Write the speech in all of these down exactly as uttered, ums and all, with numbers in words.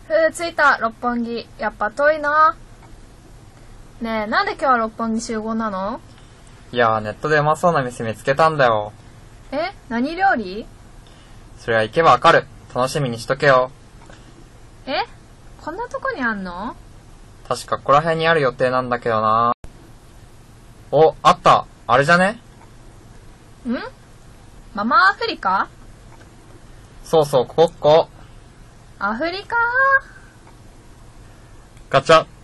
ふう、着いた、六本木。やっぱ遠いな。ねえ、なんで今日は六本木集合なの？ いやー、ネットでうまそうな店見つけたんだよ。 え、何料理？ それは行けばわかる。楽しみにしとけよ。 え、こんなとこにあんの？ 確かここら辺にある予定なんだけどな。お、あった。あれじゃね？ ん？ママアフリカ？ そうそう、ここっこ。 アフリカ？ ガチャ。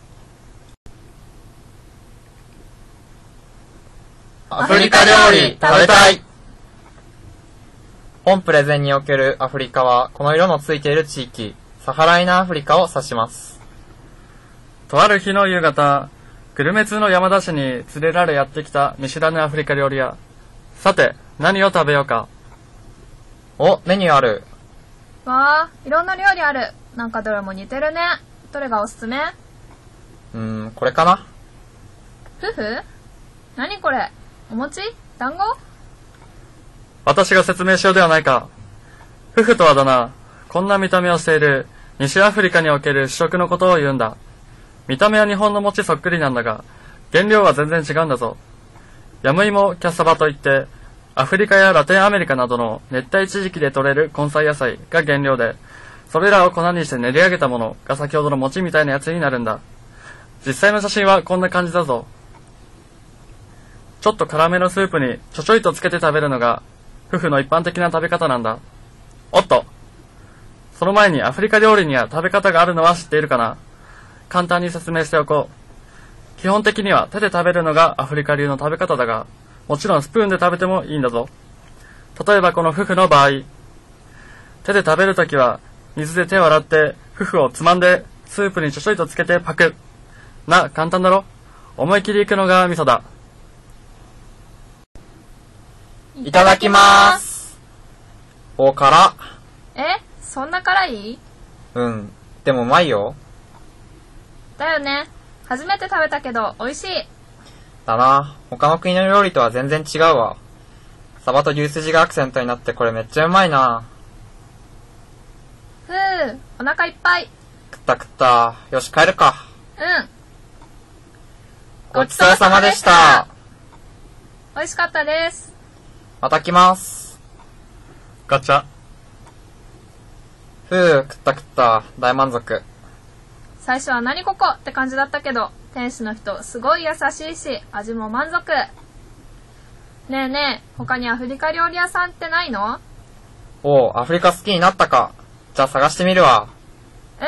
アフリカ料理食べたい。本プレゼンにおけるアフリカは、この色のついている地域、サハライナアフリカを指します。 とある日の夕方、グルメ通の山田氏に連れられやってきた見知らぬアフリカ料理屋。さて、何を食べようか。 お、メニューある。 わあ、いろんな料理ある。なんかどれも似てるね。どれがおすすめ？ うーん、これかな。 ふふ？何これ？お餅？団子？ 私が説明しようではないか。フフとはだな、こんな見た目をしている西アフリカにおける主食のことを言うんだ。見た目は日本の餅そっくりなんだが、原料は全然違うんだぞ。ヤムイモ、キャッサバといって、アフリカやラテンアメリカなどの熱帯地域で採れる根菜野菜が原料で、それらを粉にして練り上げたものが先ほどの餅みたいなやつになるんだ。実際の写真はこんな感じだぞ。ちょっと辛めのスープにちょちょいとつけて食べるのが、フフの一般的な食べ方なんだ。おっと、その前にアフリカ料理には食べ方があるのは知っているかな。簡単に説明しておこう。基本的には手で食べるのがアフリカ流の食べ方だが、もちろんスプーンで食べてもいいんだぞ。例えばこのフフの場合、手で食べるときは水で手を洗ってフフをつまんでスープにちょちょいとつけてパク。な、簡単だろ。思い切りいくのがミソだ。 いただきまーす。お、辛。 え、そんな辛い？ うん、でもうまいよ。 だよね。初めて食べたけど美味しい。 だな。他の国の料理とは全然違うわ。サバと牛すじがアクセントになってこれめっちゃうまいな。 ふう、お腹いっぱい。 食った食った。よし帰るか。 うん。 ごちそうさまでした。 美味しかったです。 また来ます。 ガチャ。 ふう、食った食った。大満足。 最初は何ここって感じだったけど、店主の人すごい優しいし、味も満足。ねえねえ、他にアフリカ料理屋さんってないの？ おう、アフリカ好きになったか。じゃあ探してみるわ。 うん。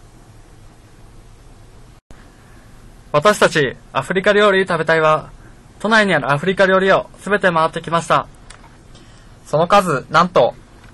私たちアフリカ料理食べたいは、都内にあるアフリカ料理屋をすべて回ってきました。 その数、なんと、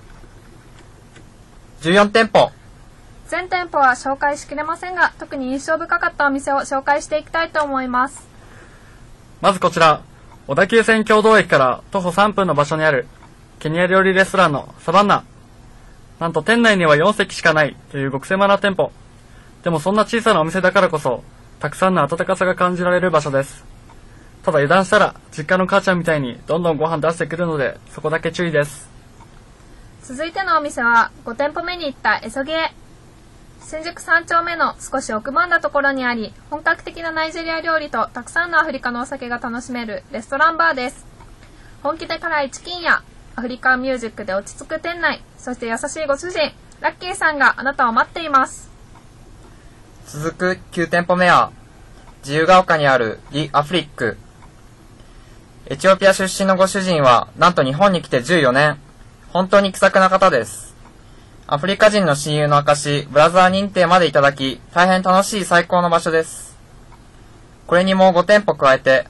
じゅうよんてんぽ。 全店舗は紹介しきれませんが、特に印象深かったお店を紹介していきたいと思います。 まずこちら、小田急線共同駅から徒歩さんぷんの場所にあるケニア料理レストランのサバンナ。なんと店内にはよんせきしかないという極狭な店舗。でもそんな小さなお店だからこそ、たくさんの温かさが感じられる場所です。ただ油断したら実家の母ちゃんみたいにどんどんご飯出してくるので、そこだけ注意です。 続いてのお店はご店舗目に行ったエソゲー。新宿さん丁目の少し奥まんだところにあり、本格的なナイジェリア料理とたくさんのアフリカのお酒が楽しめるレストランバーです。本気で辛いチキンやアフリカンミュージックで落ち着く店内、そして優しいご主人ラッキーさんがあなたを待っています。 続くきゅうてんぽめは自由が丘にあるリ・アフリック。エチオピア出身のご主人はなんと日本に来てじゅうよねん。本当に気さくな方です。アフリカ人の親友の証、ブラザー認定までいただき、大変楽しい最高の場所です。これにもうご店舗加えて、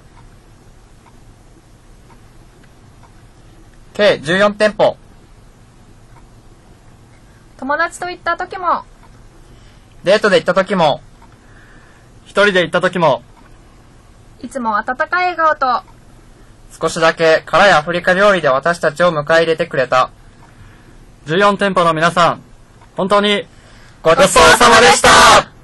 計じゅうよんてんぽ。 友達と行った時も、 デートで行った時も、 一人で行った時も、 いつも温かい笑顔と、 少しだけ辛いアフリカ料理で私たちを迎え入れてくれた。 じゅうよん店舗の皆さん、本当にごちそうさまでした。